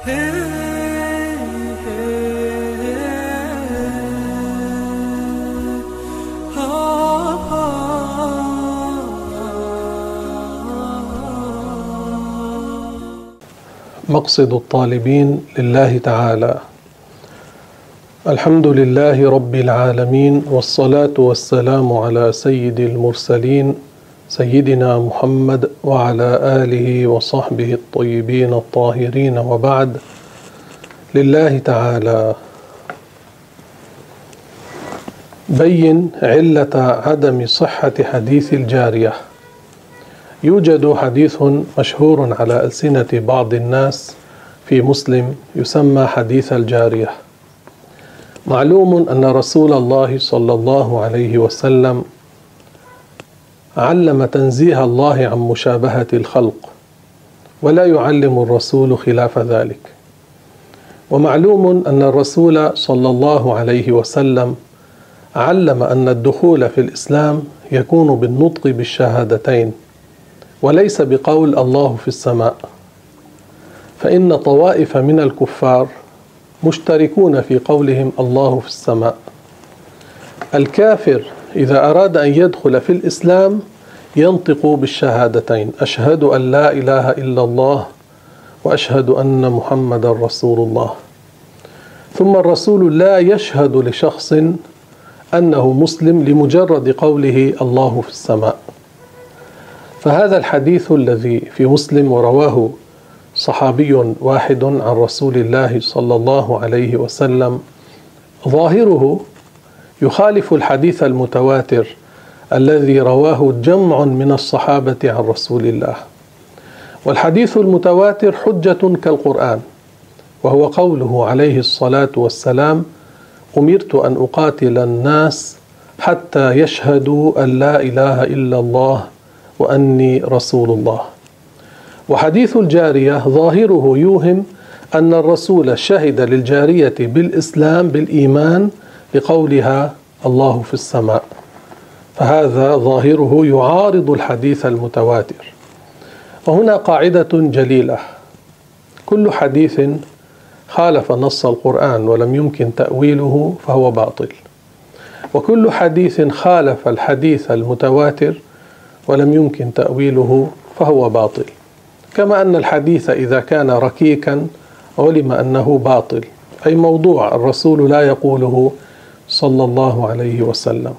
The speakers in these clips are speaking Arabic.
مقصد الطالبين لله تعالى. الحمد لله رب العالمين، والصلاة والسلام على سيد المرسلين سيدنا محمد وعلى آله وصحبه الطيبين الطاهرين، وبعد. لله تعالى. بين علة عدم صحة حديث الجارية. يوجد حديث مشهور على ألسنة بعض الناس في مسلم يسمى حديث الجارية. معلوم أن رسول الله صلى الله عليه وسلم علم تنزيه الله عن مشابهة الخلق، ولا يعلم الرسول خلاف ذلك. ومعلوم أن الرسول صلى الله عليه وسلم علم أن الدخول في الإسلام يكون بالنطق بالشهادتين، وليس بقول الله في السماء، فإن طوائف من الكفار مشتركون في قولهم الله في السماء. الكافر إذا أراد أن يدخل في الإسلام ينطق بالشهادتين: أشهد أن لا إله إلا الله وأشهد أن محمدا رسول الله. ثم الرسول لا يشهد لشخص أنه مسلم لمجرد قوله الله في السماء. فهذا الحديث الذي في مسلم ورواه صحابي واحد عن رسول الله صلى الله عليه وسلم ظاهره يخالف الحديث المتواتر الذي رواه جمع من الصحابة عن رسول الله. والحديث المتواتر حجة كالقرآن، وهو قوله عليه الصلاة والسلام: أمرت أن أقاتل الناس حتى يشهدوا أن لا إله إلا الله وأني رسول الله. وحديث الجارية ظاهره يوهم أن الرسول شهد للجارية بالإسلام بالإيمان بقولها الله في السماء، فهذا ظاهره يعارض الحديث المتواتر. وهنا قاعدة جليلة: كل حديث خالف نص القرآن ولم يمكن تأويله فهو باطل، وكل حديث خالف الحديث المتواتر ولم يمكن تأويله فهو باطل. كما أن الحديث إذا كان ركيكا علم أنه باطل، أي موضوع الرسول لا يقوله صلى الله عليه وسلم.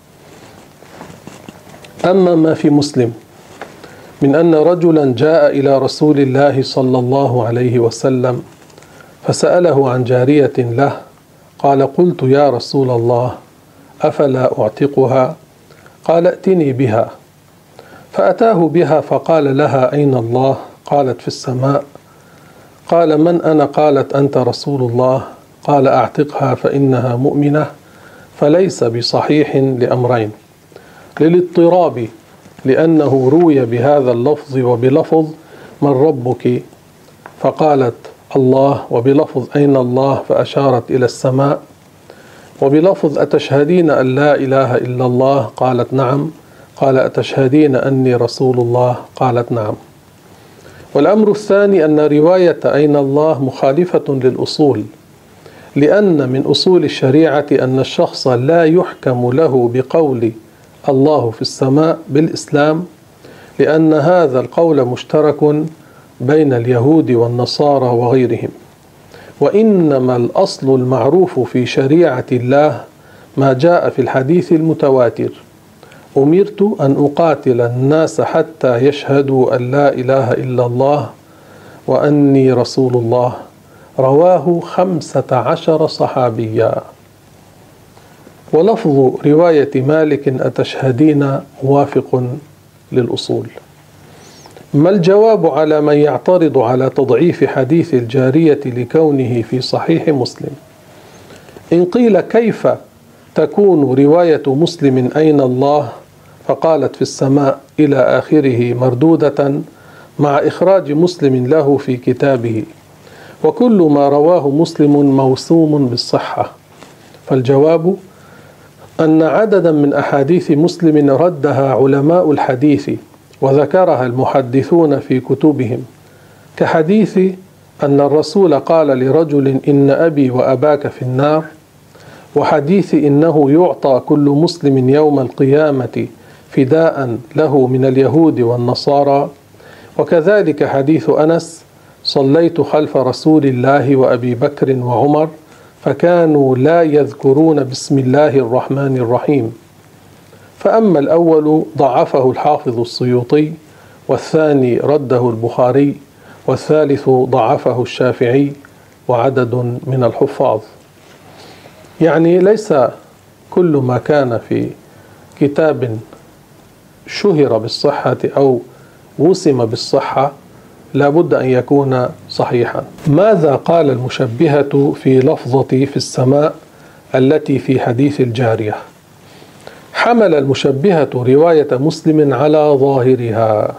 أما ما في مسلم من أن رجلا جاء إلى رسول الله صلى الله عليه وسلم فسأله عن جارية له، قال: قلت يا رسول الله أفلا أعتقها؟ قال: ائتني بها. فأتاه بها فقال لها: أين الله؟ قالت: في السماء. قال: من أنا؟ قالت: أنت رسول الله. قال: أعتقها فإنها مؤمنة. فليس بصحيح لأمرين: للاضطراب لأنه روي بهذا اللفظ وبلفظ من ربك فقالت الله، وبلفظ أين الله فأشارت إلى السماء، وبلفظ أتشهدين أن لا إله إلا الله؟ قالت: نعم. قال: أتشهدين أني رسول الله؟ قالت: نعم. والأمر الثاني أن رواية أين الله مخالفة للأصول، لأن من أصول الشريعة أن الشخص لا يحكم له بقول الله في السماء بالإسلام، لأن هذا القول مشترك بين اليهود والنصارى وغيرهم. وإنما الأصل المعروف في شريعة الله ما جاء في الحديث المتواتر: أمرت أن أقاتل الناس حتى يشهدوا أن لا إله إلا الله وأني رسول الله. رواه 15 صحابيا. ولفظ رواية مالك أتشهدين موافق للأصول. ما الجواب على من يعترض على تضعيف حديث الجارية لكونه في صحيح مسلم؟ إن قيل: كيف تكون رواية مسلم أين الله فقالت في السماء إلى آخره مردودة مع إخراج مسلم له في كتابه، وكل ما رواه مسلم موسوم بالصحة؟ فالجواب أن عددا من أحاديث مسلم ردها علماء الحديث وذكرها المحدثون في كتبهم، كحديث أن الرسول قال لرجل إن أبي وأباك في النار، وحديث إنه يعطى كل مسلم يوم القيامة فداء له من اليهود والنصارى، وكذلك حديث أنس صليت خلف رسول الله وأبي بكر وعمر فكانوا لا يذكرون بسم الله الرحمن الرحيم. فأما الأول ضعفه الحافظ السيوطي، والثاني رده البخاري، والثالث ضعفه الشافعي وعدد من الحفاظ. يعني ليس كل ما كان في كتاب شهر بالصحة أو وسم بالصحة لا بد أن يكون صحيحا. ماذا قال المشبهة في لفظة في السماء التي في حديث الجارية؟ حمل المشبهة رواية مسلم على ظاهرها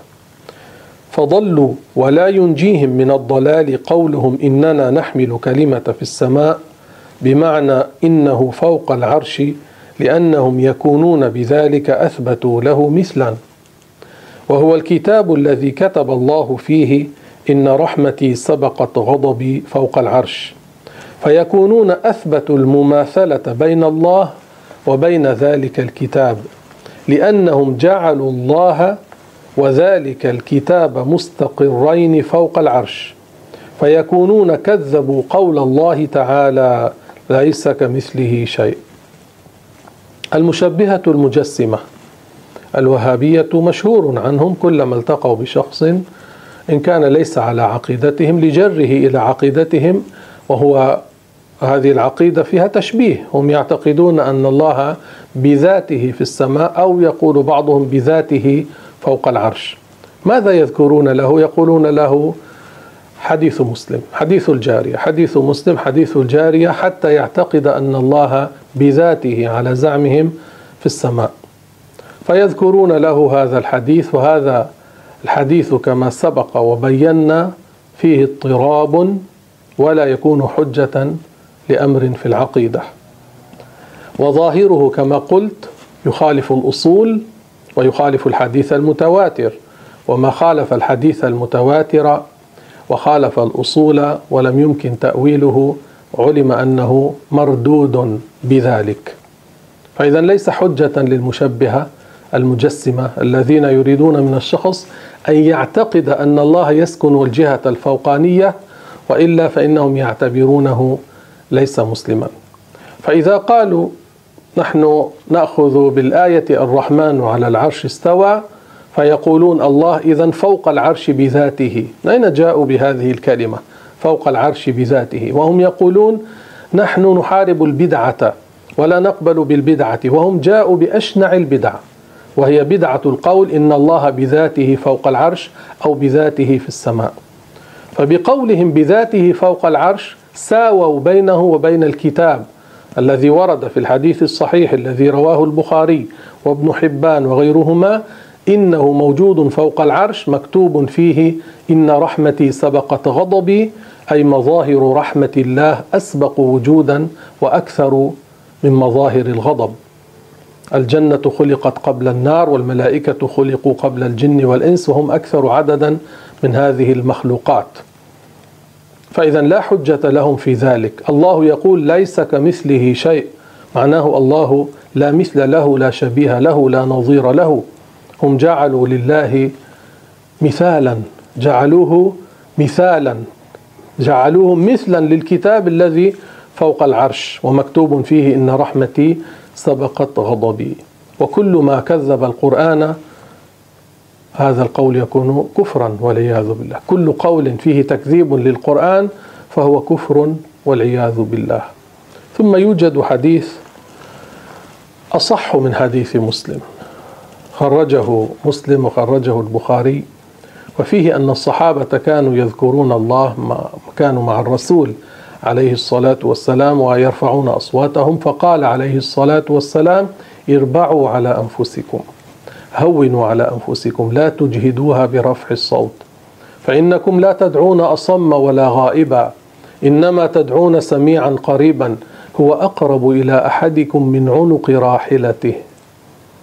فضلوا، ولا ينجيهم من الضلال قولهم إننا نحمل كلمة في السماء بمعنى إنه فوق العرش، لأنهم يكونون بذلك أثبتوا له مثلا، وهو الكتاب الذي كتب الله فيه إن رحمتي سبقت غضبي فوق العرش، فيكونون أثبتوا المماثلة بين الله وبين ذلك الكتاب، لأنهم جعلوا الله وذلك الكتاب مستقرين فوق العرش، فيكونون كذبوا قول الله تعالى ليس كمثله شيء. المشبهة المجسمة الوهابية مشهور عنهم كلما التقوا بشخص إن كان ليس على عقيدتهم لجره إلى عقيدتهم، وهو هذه العقيدة فيها تشبيه. هم يعتقدون أن الله بذاته في السماء، أو يقول بعضهم بذاته فوق العرش. ماذا يذكرون له؟ يقولون له حديث مسلم، حديث الجارية، حديث مسلم، حديث الجارية، حتى يعتقد أن الله بذاته على زعمهم في السماء، فيذكرون له هذا الحديث. وهذا الحديث كما سبق وبينا فيه اضطراب ولا يكون حجة لأمر في العقيدة، وظاهره كما قلت يخالف الأصول ويخالف الحديث المتواتر، وما خالف الحديث المتواتر وخالف الأصول ولم يمكن تأويله علم أنه مردود بذلك. فإذا ليس حجة للمشبهة المجسمة الذين يريدون من الشخص أن يعتقد أن الله يسكن الجهة الفوقانية، وإلا فإنهم يعتبرونه ليس مسلما. فإذا قالوا نحن نأخذ بالآية الرحمن على العرش استوى، فيقولون الله إذن فوق العرش بذاته. أين جاءوا بهذه الكلمة فوق العرش بذاته؟ وهم يقولون نحن نحارب البدعة ولا نقبل بالبدعة، وهم جاءوا بأشنع البدع، وهي بدعة القول إن الله بذاته فوق العرش أو بذاته في السماء. فبقولهم بذاته فوق العرش ساووا بينه وبين الكتاب الذي ورد في الحديث الصحيح الذي رواه البخاري وابن حبان وغيرهما، إنه موجود فوق العرش مكتوب فيه إن رحمتي سبقت غضبي، أي مظاهر رحمة الله أسبق وجودا وأكثر من مظاهر الغضب. الجنة خلقت قبل النار، والملائكة خلقوا قبل الجن والإنس، وهم أكثر عددا من هذه المخلوقات. فإذا لا حجة لهم في ذلك. الله يقول ليس كمثله شيء، معناه الله لا مثل له، لا شبيه له، لا نظير له. هم جعلوا لله مثالا، جعلوه مثالا، جعلوه مثلا للكتاب الذي فوق العرش ومكتوب فيه إن رحمتي سبقت غضبي. وكل ما كذب القرآن هذا القول يكون كفرا والعياذ بالله. كل قول فيه تكذيب للقرآن فهو كفر والعياذ بالله. ثم يوجد حديث أصح من حديث مسلم، خرجه مسلم وخرجه البخاري، وفيه أن الصحابة كانوا يذكرون الله، كانوا مع الرسول عليه الصلاة والسلام ويرفعون أصواتهم، فقال عليه الصلاة والسلام اربعوا على أنفسكم، هونوا على أنفسكم، لا تجهدوها برفع الصوت، فإنكم لا تدعون أصم ولا غائبا، إنما تدعون سميعا قريبا هو أقرب إلى أحدكم من عنق راحلته.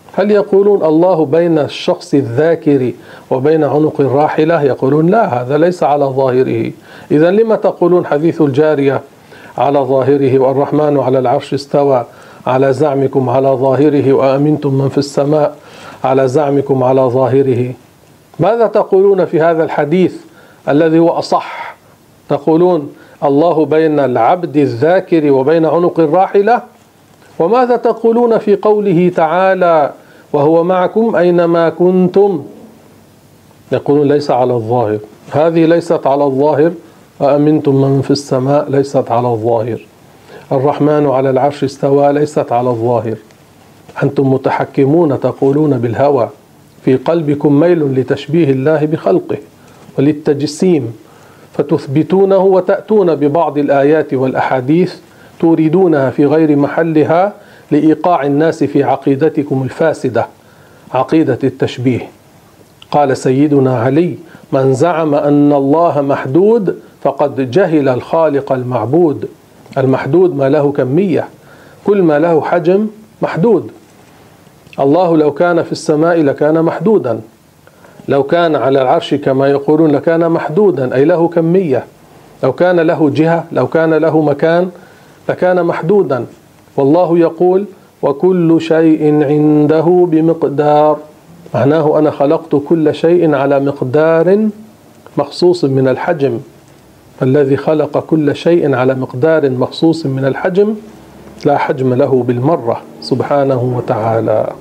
هل يقولون الله بين الشخص الذاكر وبين عنق الراحلة؟ يقولون لا، هذا ليس على ظاهره. إذن لما تقولون حديث الجارية على ظاهره، والرحمن على العرش استوى على زعمكم على ظاهره، وأمنتم من في السماء على زعمكم على ظاهره؟ ماذا تقولون في هذا الحديث الذي هو أصح؟ تقولون الله بين العبد الذاكر وبين عنق الراحلة. وماذا تقولون في قوله تعالى وهو معكم أينما كنتم؟ يقولون ليس على الظاهر. هذه ليست على الظاهر. أأمنتم من في السماء ليست على الظاهر. الرحمن على العرش استوى ليست على الظاهر. أنتم متحكمون تقولون بالهوى، في قلبكم ميل لتشبيه الله بخلقه وللتجسيم، فتثبتونه وتأتون ببعض الآيات والأحاديث توردونها في غير محلها لإيقاع الناس في عقيدتكم الفاسدة، عقيدة التشبيه. قال سيدنا علي: من زعم أن الله محدود فقد جهل الخالق المعبود. المحدود ما له كمية، كل ما له حجم محدود. الله لو كان في السماء لكان محدودا، لو كان على العرش كما يقولون لكان محدودا، أي له كمية. لو كان له جهة، لو كان له مكان لكان محدودا. والله يقول: وكل شيء عنده بمقدار. معناه أنا خلقت كل شيء على مقدار مخصوص من الحجم. فالذي خلق كل شيء على مقدار مخصوص من الحجم لا حجم له بالمرة سبحانه وتعالى.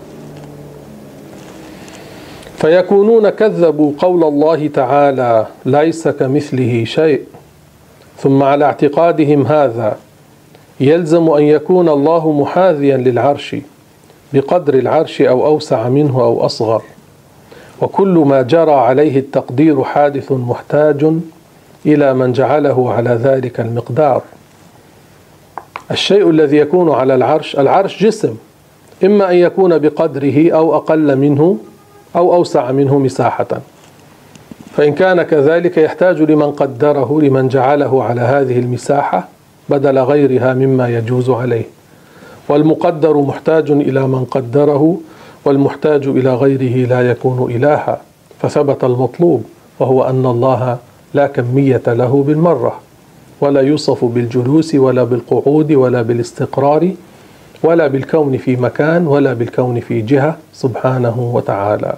فيكونون كذبوا قول الله تعالى ليس كمثله شيء. ثم على اعتقادهم هذا يلزم أن يكون الله محاذيا للعرش بقدر العرش أو أوسع منه أو أصغر، وكل ما جرى عليه التقدير حادث محتاج إلى من جعله على ذلك المقدار. الشيء الذي يكون على العرش، العرش جسم، إما أن يكون بقدره أو أقل منه أو أوسع منه مساحة، فإن كان كذلك يحتاج لمن قدره، لمن جعله على هذه المساحة بدل غيرها مما يجوز عليه. والمقدر محتاج إلى من قدره، والمحتاج إلى غيره لا يكون إلها. فثبت المطلوب، وهو أن الله لا كمية له بالمرة، ولا يوصف بالجلوس ولا بالقعود ولا بالاستقرار ولا بالكون في مكان ولا بالكون في جهة سبحانه وتعالى.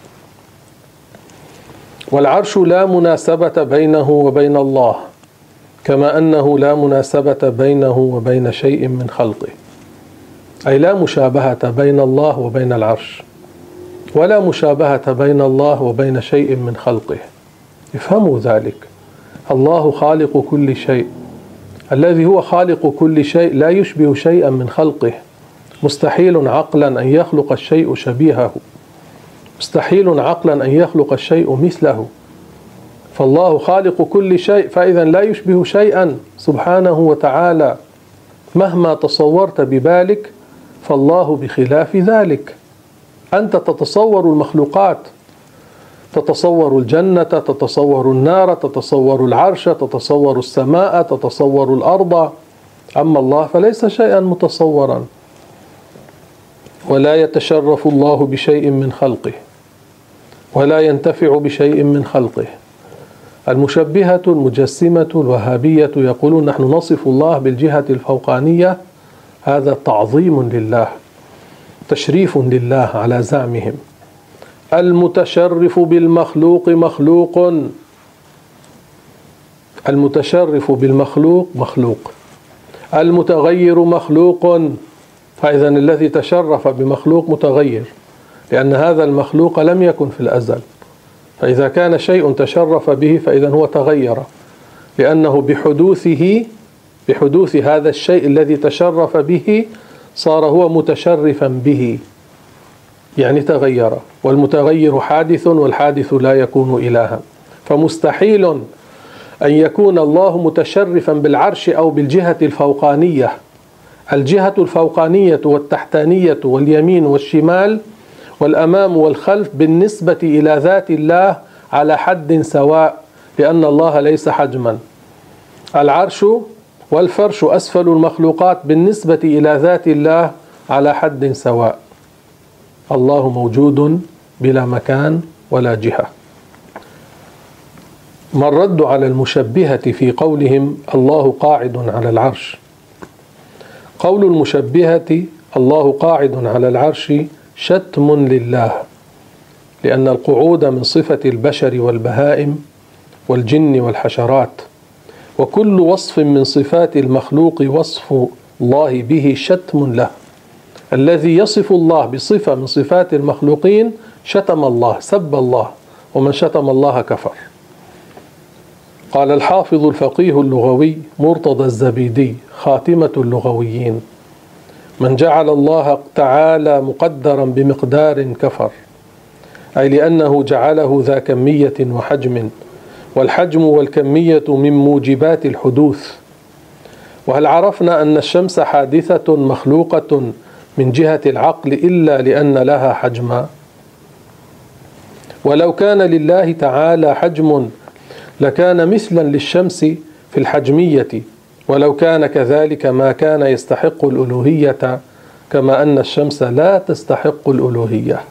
والعرش لا مناسبة بينه وبين الله، كما أنه لا مناسبة بينه وبين شيء من خلقه، أي لا مشابهة بين الله وبين العرش، ولا مشابهة بين الله وبين شيء من خلقه. افهموا ذلك. الله خالق كل شيء، الذي هو خالق كل شيء لا يشبه شيئا من خلقه. مستحيل عقلا أن يخلق الشيء شبيهه، مستحيل عقلا أن يخلق الشيء مثله. فالله خالق كل شيء، فإذا لا يشبه شيئا سبحانه وتعالى. مهما تصورت ببالك فالله بخلاف ذلك. أنت تتصور المخلوقات، تتصور الجنة، تتصور النار، تتصور العرش، تتصور السماء، تتصور الأرض. أما الله فليس شيئا متصورا. ولا يتشرف الله بشيء من خلقه، ولا ينتفع بشيء من خلقه. المشبهة المجسمة الوهابية يقولون نحن نصف الله بالجهة الفوقانية. هذا تعظيم لله، تشريف لله على زعمهم. المتشرف بالمخلوق مخلوق، المتشرف بالمخلوق مخلوق، المتغير مخلوق. فإذا الذي تشرف بمخلوق متغير، لأن هذا المخلوق لم يكن في الأزل. فإذا كان شيء تشرف به فإذا هو تغير، لأنه بحدوث هذا الشيء الذي تشرف به صار هو متشرفا به، يعني تغير. والمتغير حادث، والحادث لا يكون إلها. فمستحيل أن يكون الله متشرفا بالعرش أو بالجهة الفوقانية. الجهة الفوقانية والتحتانية واليمين والشمال والأمام والخلف بالنسبة إلى ذات الله على حد سواء، لأن الله ليس حجما. العرش والفرش أسفل المخلوقات بالنسبة إلى ذات الله على حد سواء. الله موجود بلا مكان ولا جهة. ما الرد على المشبهة في قولهم الله قاعد على العرش؟ قول المشبهة الله قاعد على العرش شتم لله، لأن القعود من صفة البشر والبهائم والجن والحشرات، وكل وصف من صفات المخلوق وصف الله به شتم له. الذي يصف الله بصفة من صفات المخلوقين شتم الله، سب الله، ومن شتم الله كفر. قال الحافظ الفقيه اللغوي مرتضى الزبيدي خاتمة اللغويين: من جعل الله تعالى مقدرا بمقدار كفر، أي لأنه جعله ذا كمية وحجم، والحجم والكمية من موجبات الحدوث. وهل عرفنا أن الشمس حادثة مخلوقة من جهة العقل إلا لأن لها حجما؟ ولو كان لله تعالى حجم لكان مثلا للشمس في الحجمية، ولو كان كذلك ما كان يستحق الألوهية، كما أن الشمس لا تستحق الألوهية.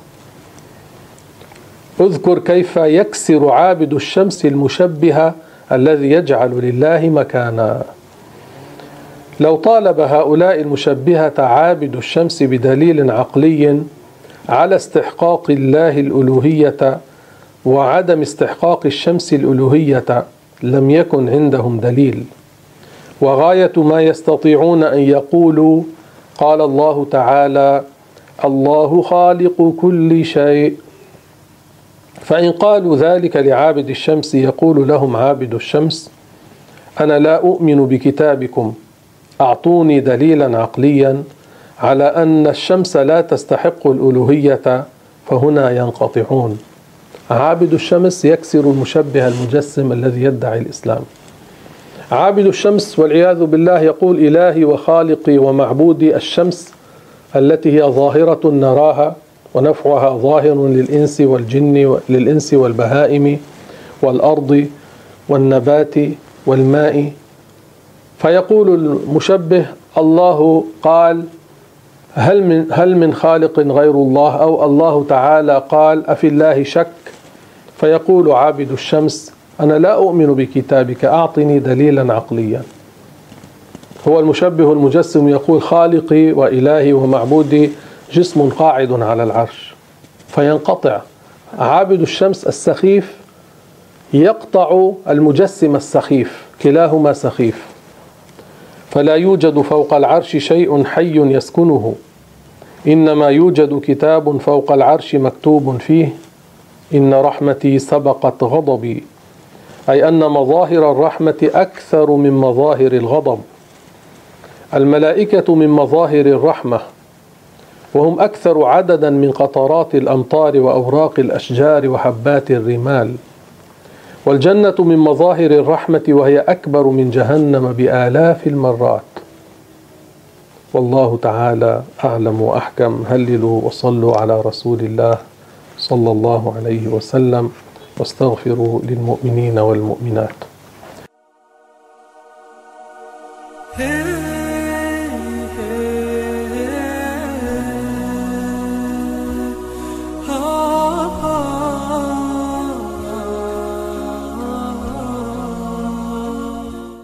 اذكر كيف يكسر عابد الشمس المشبه الذي يجعل لله مكانا. لو طالب هؤلاء المشبهة عابد الشمس بدليل عقلي على استحقاق الله الألوهية وعدم استحقاق الشمس الألوهية لم يكن عندهم دليل، وغاية ما يستطيعون أن يقولوا قال الله تعالى الله خالق كل شيء. فإن قالوا ذلك لعابد الشمس يقول لهم عابد الشمس: أنا لا أؤمن بكتابكم، أعطوني دليلا عقليا على أن الشمس لا تستحق الألوهية، فهنا ينقطعون. عابد الشمس يكسر المشبه المجسم الذي يدعي الإسلام. عابد الشمس والعياذ بالله يقول إلهي وخالقي ومعبودي الشمس التي هي ظاهرة نراها ونفعها ظاهر للإنس والجن، للإنس والبهائم والأرض والنبات والماء. فيقول المشبه الله قال هل من خالق غير الله، أو الله تعالى قال أفي الله شك؟ فيقول عابد الشمس أنا لا أؤمن بكتابك، أعطني دليلا عقليا. هو المشبه المجسم يقول خالقي وإلهي ومعبودي جسم قاعد على العرش، فينقطع. عابد الشمس السخيف يقطع المجسم السخيف، كلاهما سخيف. فلا يوجد فوق العرش شيء حي يسكنه، إنما يوجد كتاب فوق العرش مكتوب فيه إن رحمتي سبقت غضبي، أي أن مظاهر الرحمة أكثر من مظاهر الغضب. الملائكة من مظاهر الرحمة، وهم أكثر عددا من قطرات الأمطار وأوراق الأشجار وحبات الرمال. والجنة من مظاهر الرحمة، وهي أكبر من جهنم بآلاف المرات. والله تعالى أعلم وأحكم. هللوا وصلوا على رسول الله صلى الله عليه وسلم، واستغفروا للمؤمنين والمؤمنات.